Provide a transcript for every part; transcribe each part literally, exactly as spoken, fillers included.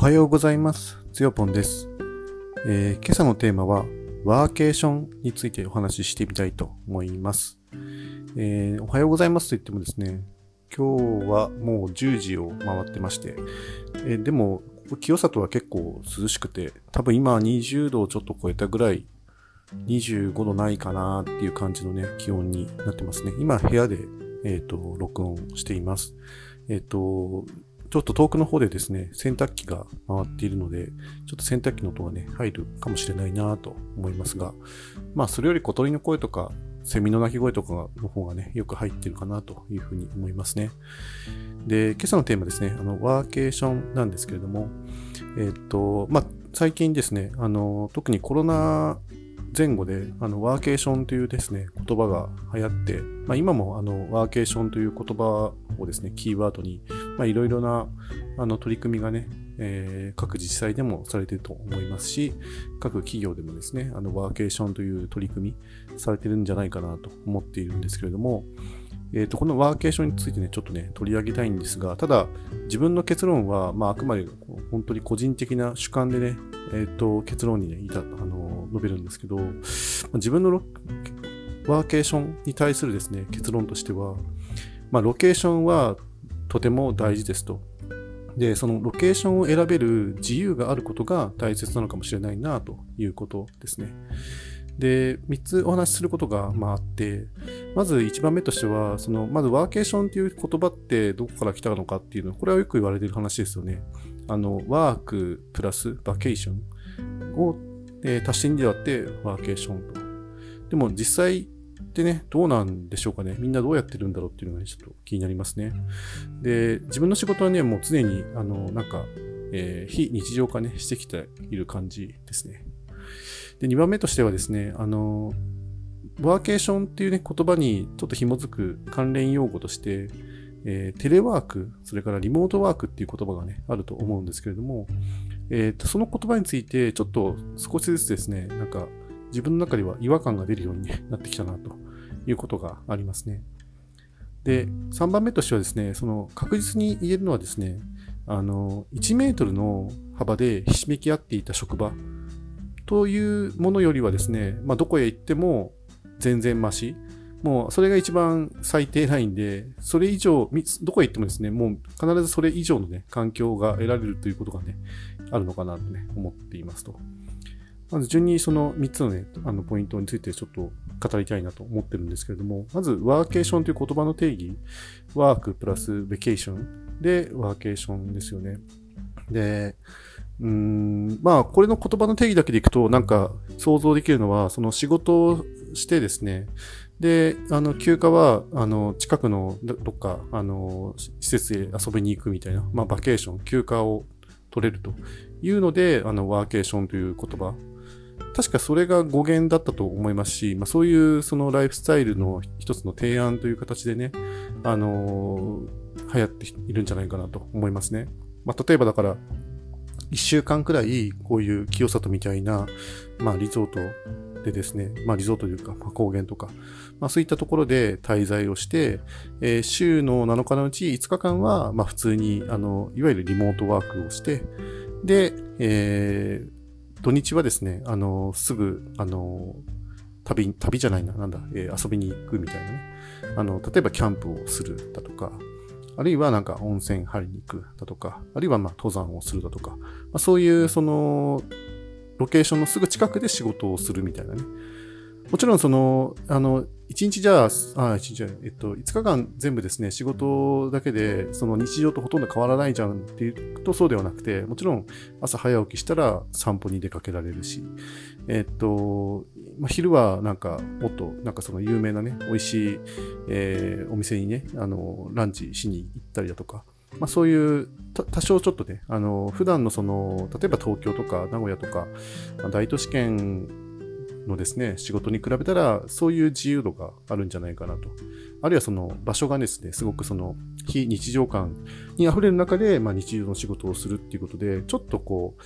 はようございます。つよぽんです、えー。今朝のテーマはワーケーションについてお話ししてみたいと思います。えー、おはようございますと言ってもですね、今日はもうじゅうじを回ってまして、えー、でも清里は結構涼しくて、多分今にじゅうどをちょっと超えたぐらい、にじゅうごどないかなっていう感じのね、気温になってますね。今部屋で、えっと、録音しています。えっと、ちょっと遠くの方でですね、洗濯機が回っているので、ちょっと洗濯機の音がね、入るかもしれないなと思いますが、まあ、それより小鳥の声とか、セミの鳴き声とかの方がね、よく入ってるかなというふうに思いますね。で、今朝のテーマですね、あの、ワーケーションなんですけれども、えっと、まあ、最近ですね、あの、特にコロナ前後で、あの、ワーケーションというですね、言葉が流行って、まあ、今もあの、ワーケーションという言葉をですね、キーワードに、まあ、いろいろな、あの、取り組みがね、えー、各自治体でもされていると思いますし、各企業でもですね、あの、ワーケーションという取り組みされてるんじゃないかなと思っているんですけれども、えっと、このワーケーションについてね、ちょっとね、取り上げたいんですが、ただ、自分の結論は、まあ、あくまで本当に個人的な主観でね、えっと、結論にね、いた、あの、述べるんですけど、自分のワーケーションに対するですね、結論としては、まあ、ロケーションはとても大事ですと。で、そのロケーションを選べる自由があることが大切なのかもしれないな、ということですね。で、みっつお話しすることが、まあ、あって、まずいちばんめとしては、その、まずワーケーションっていう言葉ってどこから来たのかっていうのは、これはよく言われている話ですよね。あの、ワークプラスバケーションを、えー、足してにで割ってワーケーションと。でも実際ってね、どうなんでしょうかね。みんなどうやってるんだろうっていうのが、ね、ちょっと気になりますね。で、自分の仕事はね、もう常に、あの、なんか、えー、非日常化ね、してきている感じですね。で、にばんめとしてはですね、あの、ワーケーションっていうね、言葉にちょっと紐づく関連用語として、えー、テレワーク、それからリモートワークっていう言葉がね、あると思うんですけれども、えーと、その言葉についてちょっと少しずつですね、なんか自分の中では違和感が出るようになってきたなということがありますね。で、さんばんめとしてはですね、その確実に言えるのはですね、あの、いちメートルの幅でひしめき合っていた職場というものよりはですね、まあ、どこへ行っても全然マシ。もうそれが一番最低ラインで、それ以上、どこへ行ってもですね、もう必ずそれ以上のね、環境が得られるということがね、あるのかなとね、思っていますと。まず順にそのみっつのね、あのポイントについてちょっと語りたいなと思ってるんですけれども、まずワーケーションという言葉の定義、ワークプラスベケーションでワーケーションですよね。で、うーん、まあ、これの言葉の定義だけでいくと、なんか想像できるのは、その仕事をしてですね、で、あの、休暇は、あの、近くのどっか、あの、施設へ遊びに行くみたいな、まあ、バケーション、休暇を取れるというので、あの、ワーケーションという言葉。確かそれが語源だったと思いますし、まあ、そういうそのライフスタイルの一つの提案という形でね、あの、流行っているんじゃないかなと思いますね。まあ、例えばだから、一週間くらい、こういう清里みたいな、まあ、リゾートでですね、まあ、リゾートというか、まあ、高原とか、まあ、そういったところで滞在をして、えー、週のなのかのうちいつかかんは、まあ、普通に、あの、いわゆるリモートワークをして、で、えー、土日はですね、あの、すぐ、あの、旅、旅じゃないな、なんだ、えー、遊びに行くみたいなね。あの、例えばキャンプをするだとか、あるいはなんか温泉入りに行くだとか、あるいはまあ登山をするだとか、まあ、そういうそのロケーションのすぐ近くで仕事をするみたいなね。もちろんその、あの、一日じゃあ、あ、一日じゃえっと、いつかかん全部ですね、仕事だけで、その日常とほとんど変わらないじゃんっていうとそうではなくて、もちろん朝早起きしたら散歩に出かけられるし、えっと、まあ、昼はなんかもっとなんかその有名なね、美味しい、えー、お店にね、あの、ランチしに行ったりだとか、まあ、そういう多少ちょっとね、あの、普段のその、例えば東京とか名古屋とか、大都市圏のですね、仕事に比べたら、そういう自由度があるんじゃないかなと。あるいはその場所がですね、すごくその非日常感に溢れる中で、まあ日常の仕事をするっていうことで、ちょっとこう、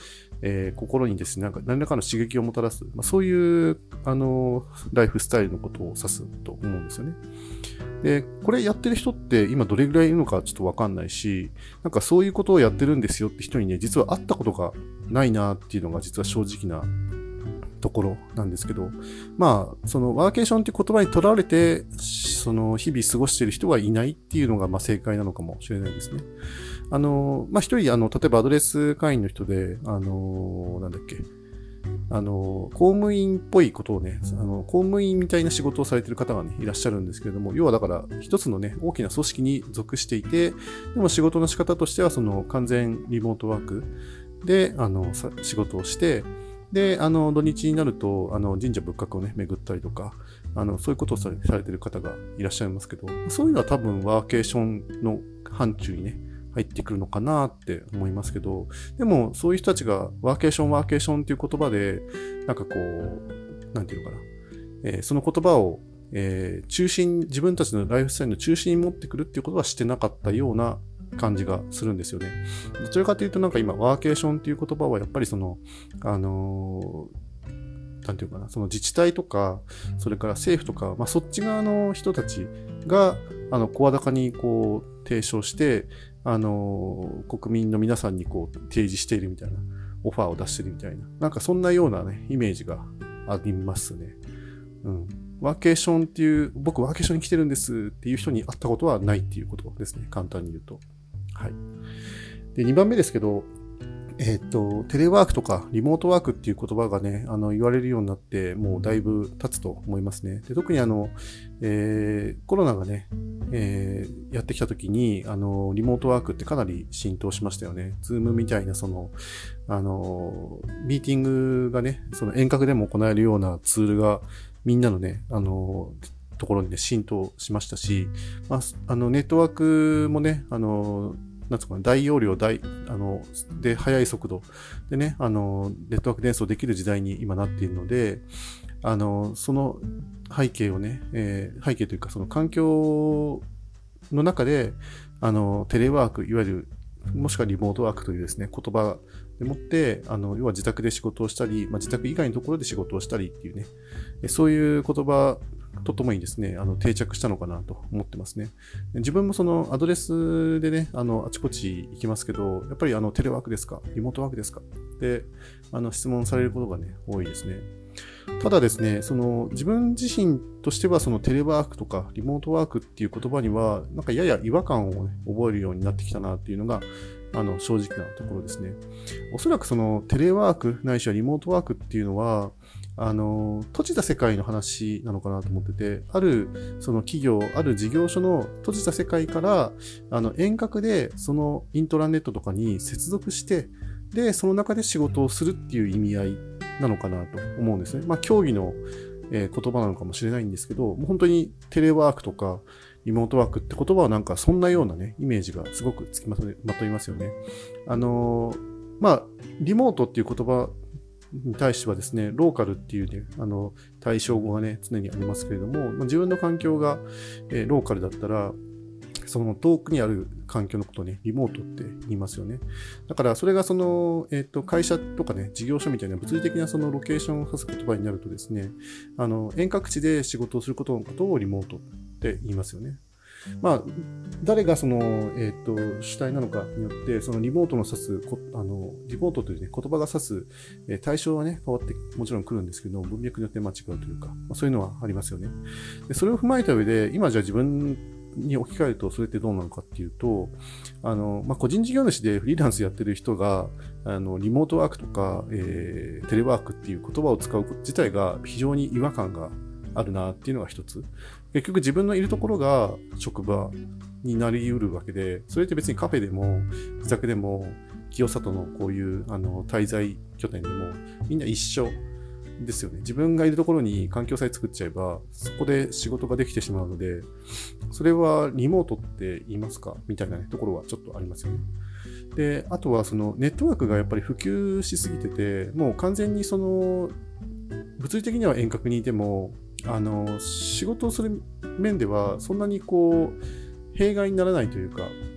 えー、心にですね、なんか何らかの刺激をもたらす、まあ、そういう、あの、ライフスタイルのことを指すと思うんですよね。で、これやってる人って今どれぐらいいるのかちょっとわかんないし、なんかそういうことをやってるんですよって人にね、実は会ったことがないなっていうのが実は正直なところなんですけど、まあ、そのワーケーションって言葉にとらわれて、その日々過ごしている人はいないっていうのがまあ正解なのかもしれないですね。あの、まあ一人、あの、例えばアドレス会員の人で、あの、なんだっけ、あの、公務員っぽいことをね、あの、公務員みたいな仕事をされている方がね、いらっしゃるんですけれども、要はだから、一つのね、大きな組織に属していて、でも仕事の仕方としては、その、完全リモートワークで、あの、仕事をして、で、あの、土日になると、あの、神社仏閣をね、巡ったりとか、あの、そういうことをされされている方がいらっしゃいますけど、そういうのは多分ワーケーションの範疇にね、入ってくるのかなって思いますけど、でもそういう人たちがワーケーションワーケーションっていう言葉で、なんかこう、なんていうのかな、えー、その言葉を、えー、中心、自分たちのライフスタイルの中心に持ってくるっていうことはしてなかったような感じがするんですよね。どちらかというとなんか今ワーケーションっていう言葉はやっぱりその、あのー、なんていうかな、その自治体とか、それから政府とか、まあそっち側の人たちが、あの、声高にこう、提唱して、あの、国民の皆さんにこう、提示しているみたいな、オファーを出しているみたいな、なんかそんなようなね、イメージがありますね。うん。ワーケーションっていう、僕ワーケーションに来てるんですっていう人に会ったことはないっていうことですね。簡単に言うと。はい。で、にばんめですけど、えっと、テレワークとかリモートワークっていう言葉がね、あの、言われるようになって、もうだいぶ経つと思いますね。で、特にあの、えー、コロナがね、えー、やってきた時に、あの、リモートワークってかなり浸透しましたよね。ズームみたいな、その、あの、ミーティングがね、その遠隔でも行えるようなツールが、みんなのね、あの、ところにね、浸透しましたし、まあ、あの、ネットワークもね、あの、なんつうかな、大容量、大、あの、で、速い速度でね、あの、ネットワーク伝送できる時代に今なっているので、あの、その背景をね、えー、背景というか、その環境の中で、あの、テレワーク、いわゆる、もしくはリモートワークというですね、言葉でもって、あの、要は自宅で仕事をしたり、まあ、自宅以外のところで仕事をしたりっていうね、そういう言葉とともにですね、あの定着したのかなと思ってますね。自分もそのアドレスでね、あのあちこち行きますけど、やっぱりあのテレワークですか、リモートワークですかってあの質問されることがね、多いですね。ただですね、その自分自身としてはそのテレワークとかリモートワークっていう言葉には、なんかやや違和感を、ね、覚えるようになってきたなっていうのが、あの正直なところですね。おそらくそのテレワークないしはリモートワークっていうのは、あの、閉じた世界の話なのかなと思ってて、ある、その企業、ある事業所の閉じた世界から、あの、遠隔で、そのイントラネットとかに接続して、で、その中で仕事をするっていう意味合いなのかなと思うんですね。まあ、競技の、えー、言葉なのかもしれないんですけど、もう本当にテレワークとか、リモートワークって言葉はなんかそんなようなね、イメージがすごくつきまといますよね。あのー、まあ、リモートっていう言葉に対してはですね、ローカルっていうね、あの、対象語がね、常にありますけれども、まあ、自分の環境が、えー、ローカルだったら、その遠くにある環境のことをね、リモートって言いますよね。だから、それがその、えっと、会社とかね、事業所みたいな物理的なそのロケーションを指す言葉になるとですね、あの、遠隔地で仕事をすることのことをリモートって言いますよね。まあ、誰がその、えっと、主体なのかによって、そのリモートの指す、あの、リモートというね、言葉が指す、えー、対象はね、変わってもちろん来るんですけど、文脈によって間違うというか、まあ、そういうのはありますよね。で、それを踏まえた上で、今じゃあ自分に置き換えると、それってどうなのかっていうと、あの、まあ、個人事業主でフリーランスやってる人が、あの、リモートワークとか、えー、テレワークっていう言葉を使うこと自体が非常に違和感があるなっていうのが一つ。結局自分のいるところが職場になり得るわけで、それって別にカフェでも自宅でも清里のこういうあの滞在拠点でもみんな一緒ですよね。自分がいるところに環境さえ作っちゃえばそこで仕事ができてしまうので、それはリモートって言いますかみたいな、ね、ところはちょっとありますよね。で、あとはそのネットワークがやっぱり普及しすぎてて、もう完全にその物理的には遠隔にいてもあの仕事をする面ではそんなにこう弊害にならないというか、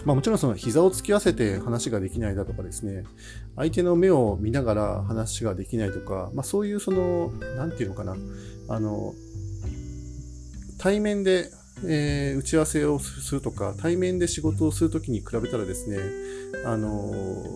まあもちろんその膝を突き合わせて話ができないだとかですね、相手の目を見ながら話ができないとか、まあそういうその、なんていうのかな、あの、対面で、えー打ち合わせをするとか、対面で仕事をするときに比べたらですね、あの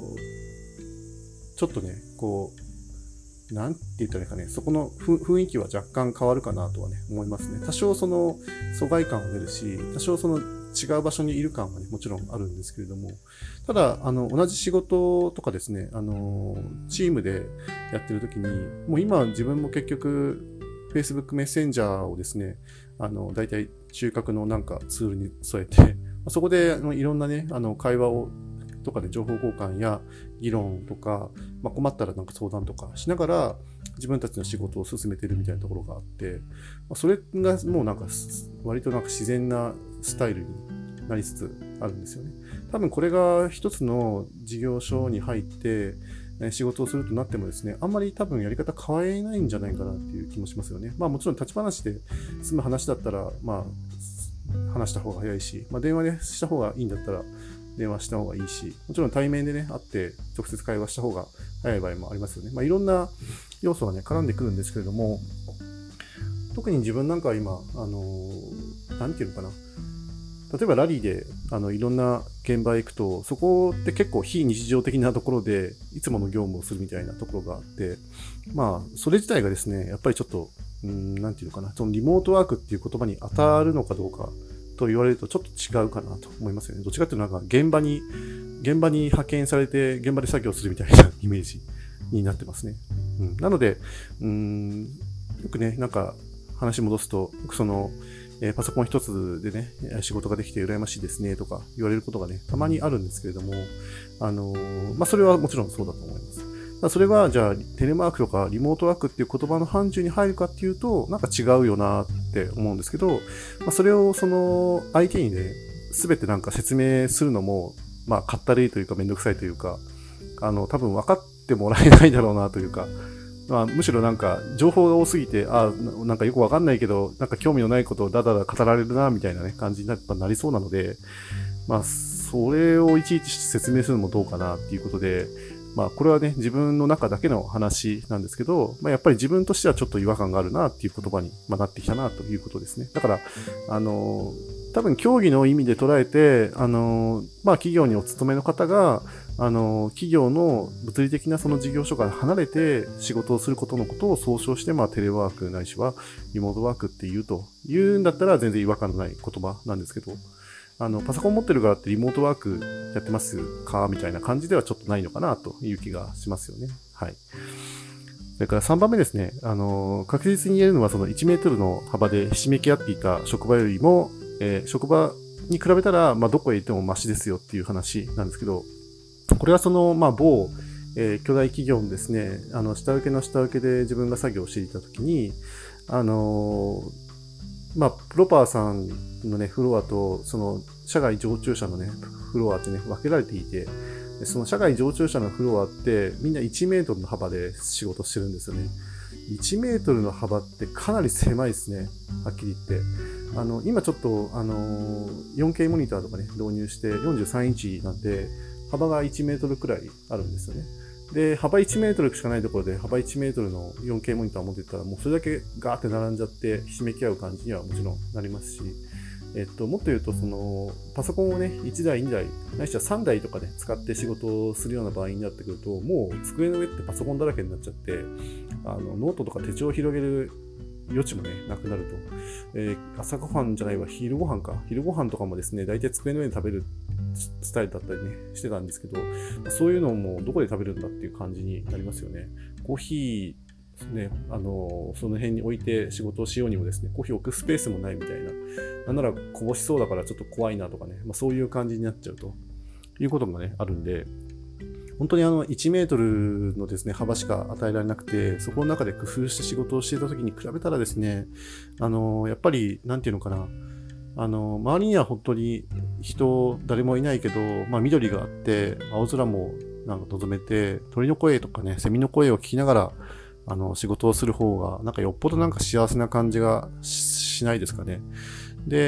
ちょっとね、こう、なんて言ったらいいかね、そこの雰囲気は若干変わるかなとはね、思いますね。多少その疎外感は出るし、多少その違う場所にいる感はね、もちろんあるんですけれども、ただ、あの、同じ仕事とかですね、あの、チームでやってるときに、もう今自分も結局、Facebook メッセンジャーをですね、あの、大体中核のなんかツールに添えて、そこであのいろんなね、あの、会話を、とかで情報交換や議論とか、まあ、困ったらなんか相談とかしながら自分たちの仕事を進めてるみたいなところがあって、まあ、それがもうなんか割となんか自然なスタイルになりつつあるんですよね。多分これが一つの事業所に入って仕事をするとなってもですね、あんまり多分やり方変えないんじゃないかなっていう気もしますよね。まあもちろん立ち話で済む話だったら、まあ話した方が早いし、まあ電話でした方がいいんだったら電話した方がいいし、もちろん対面でね、会って直接会話した方が早い場合もありますよね。まあいろんな要素がね、絡んでくるんですけれども、特に自分なんかは今、あのー、なんていうのかな。例えばラリーであのいろんな現場へ行くと、そこって結構非日常的なところでいつもの業務をするみたいなところがあって、まあそれ自体がですね、やっぱりちょっと、うーん、なんていうのかな、そのリモートワークっていう言葉に当たるのかどうかと言われるとちょっと違うかなと思いますよね。どっちかっていうとなんか現場に、現場に派遣されて現場で作業するみたいなイメージになってますね。うん、なので、うーん、よくね、なんか話戻すと、よくその、えー、パソコン一つでね、仕事ができて羨ましいですねとか言われることがね、たまにあるんですけれども、あのー、まあ、それはもちろんそうだと思います。まあ、それは、じゃあ、テレマークとかリモートワークっていう言葉の範疇に入るかっていうと、なんか違うよなって思うんですけど、まあ、それをその相手にね、すべてなんか説明するのも、まあ、かったるいというかめんどくさいというか、あの、多分分かってもらえないだろうなというか、まあ、むしろなんか情報が多すぎて、ああ、なんかよくわかんないけど、なんか興味のないことをだだだ語られるな、みたいなね、感じにななりそうなので、まあ、それをいちいち説明するのもどうかなっていうことで、まあ、これはね、自分の中だけの話なんですけど、まあ、やっぱり自分としてはちょっと違和感があるなっていう言葉になってきたなということですね。だから、あの、多分競技の意味で捉えて、あの、まあ、企業にお勤めの方が、あの、企業の物理的なその事業所から離れて仕事をすることのことを総称して、まあ、テレワークないしはリモートワークって言うというんだったら全然違和感のない言葉なんですけど、あの、パソコン持ってるからってリモートワークやってますかみたいな感じではちょっとないのかなという気がしますよね。はい。それからさんばんめですね。あの、確実に言えるのはそのいちメートルの幅でひしめき合っていた職場よりも、えー、職場に比べたら、まあ、どこへ行ってもマシですよっていう話なんですけど、これはその、まあ、某、えー、巨大企業のですね、あの、下請けの下請けで自分が作業をしていたときに、あのー、まあ、プロパーさんのね、フロアと、その、社外常駐者のね、フロアってね、分けられていて、その社外常駐者のフロアって、みんないちメートルの幅で仕事してるんですよね。いちメートルの幅ってかなり狭いですね。はっきり言って。あの、今ちょっと、あのー、よんケー モニターとかね、導入してよんじゅうさんインチなんで、幅がいちメートルくらいあるんですよね。で、幅いちメートルしかないところで、幅いちメートルの よんケー モニターを持っていったら、もうそれだけガーって並んじゃって、ひしめき合う感じにはもちろんなりますし、えっと、もっと言うと、その、パソコンをね、いちだい、にだい、ないしはさんだいとかね、使って仕事をするような場合になってくると、もう机の上ってパソコンだらけになっちゃって、あの、ノートとか手帳を広げる余地もね、なくなると。えー、朝ごはんじゃないわ、昼ごはんか。昼ごはんとかもですね、大体机の上で食べるスタイルだったりね、してたんですけど、そういうのもどこで食べるんだっていう感じになりますよね。コーヒー、ね、あの、その辺に置いて仕事をしようにもですね、コーヒー置くスペースもないみたいな。なんならこぼしそうだからちょっと怖いなとかね、まあ、そういう感じになっちゃうということがね、あるんで、本当にあのいちメートルのですね、幅しか与えられなくて、そこの中で工夫して仕事をしていた時に比べたらですね、あの、やっぱり、なんていうのかな、あの、周りには本当に人、誰もいないけど、まあ緑があって、青空もなんか望めて、鳥の声とかね、セミの声を聞きながら、あの、仕事をする方が、なんかよっぽどなんか幸せな感じがしないですかね。で、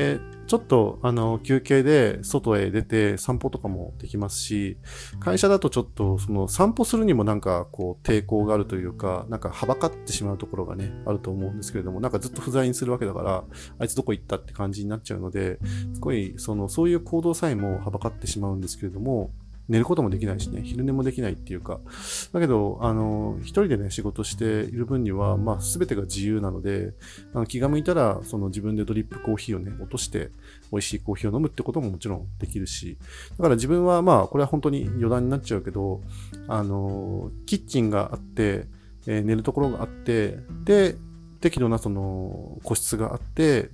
ちょっと、あの、休憩で外へ出て散歩とかもできますし、会社だとちょっと、その散歩するにもなんか、こう、抵抗があるというか、なんか、はばかってしまうところがね、あると思うんですけれども、なんかずっと不在にするわけだから、あいつどこ行ったって感じになっちゃうので、すごい、その、そういう行動さえもはばかってしまうんですけれども、寝ることもできないしね、昼寝もできないっていうか、だけど、あの、一人でね、仕事している分には、まあ、すべてが自由なので、あの気が向いたら、その自分でドリップコーヒーをね、落として、美味しいコーヒーを飲むってことももちろんできるし、だから自分は、まあ、これは本当に余談になっちゃうけど、あの、キッチンがあって、えー寝るところがあって、で、適度なその個室があって、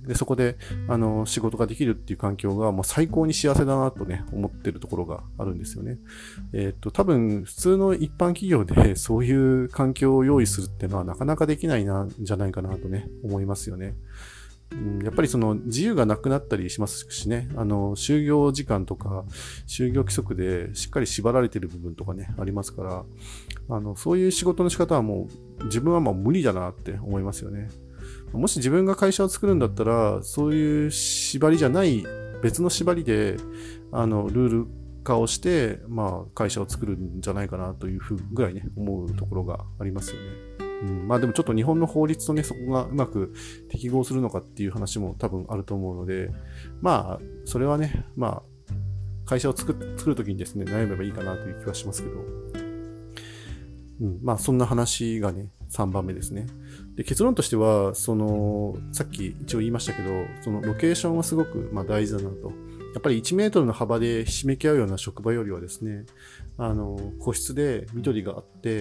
で、そこで、あの、仕事ができるっていう環境がもう最高に幸せだなとね、思ってるところがあるんですよね。えーっと、多分、普通の一般企業でそういう環境を用意するっていうのはなかなかできないな、じゃないかなとね、思いますよね。うん、やっぱりその自由がなくなったりしますしね、あの、就業時間とか、就業規則でしっかり縛られている部分とかね、ありますから、あの、そういう仕事の仕方はもう、自分はもう無理だなって思いますよね。もし自分が会社を作るんだったら、そういう縛りじゃない別の縛りで、あの、ルール化をして、まあ、会社を作るんじゃないかなというふうぐらいね、思うところがありますよね。うん、まあでもちょっと日本の法律とね、そこがうまく適合するのかっていう話も多分あると思うので、まあ、それはね、まあ、会社を作る、作るときにですね、悩めばいいかなという気はしますけど、うん、まあそんな話がね、さんばんめですね。で、結論としては、その、さっき一応言いましたけど、そのロケーションはすごくまあ大事だなと。やっぱりいちメートルの幅でひしめき合うような職場よりはですね、あの、個室で緑があって、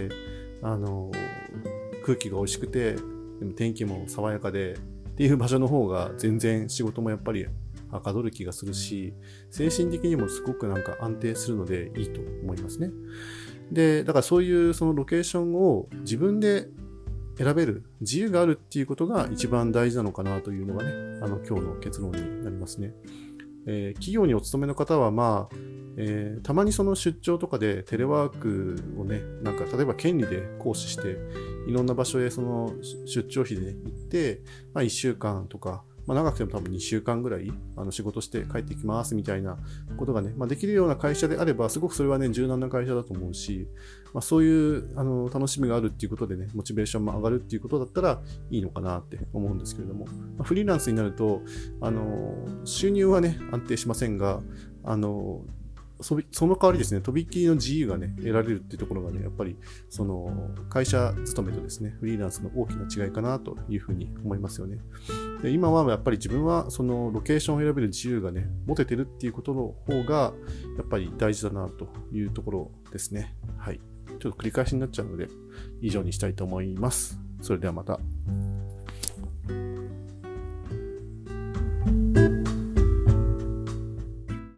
あの、空気が美味しくて、でも天気も爽やかで、っていう場所の方が全然仕事もやっぱりはかどる気がするし、精神的にもすごくなんか安定するのでいいと思いますね。で、だからそういうそのロケーションを自分で選べる、自由があるっていうことが一番大事なのかなというのがね、あの今日の結論になりますね。えー企業にお勤めの方はまあ、えーたまにその出張とかでテレワークをね、なんか例えば権利で行使して、いろんな場所へその出張費で、ね、行って、まあいっしゅうかんとか、まあ長くても多分にしゅうかんぐらいあの仕事して帰ってきますみたいなことがね、まあできるような会社であれば、すごくそれはね、柔軟な会社だと思うし、まあそういうあの楽しみがあるっていうことでね、モチベーションも上がるっていうことだったらいいのかなって思うんですけれども、まあ、フリーランスになると、あの、収入はね、安定しませんが、あの、そその代わりですね、とびっきりの自由がね、得られるっていうところがね、やっぱり、その、会社勤めとですね、フリーランスの大きな違いかなというふうに思いますよね。で今はやっぱり自分は、その、ロケーションを選べる自由がね、持ててるっていうことの方が、やっぱり大事だなというところですね。はい。ちょっと繰り返しになっちゃうので、以上にしたいと思います。それではまた。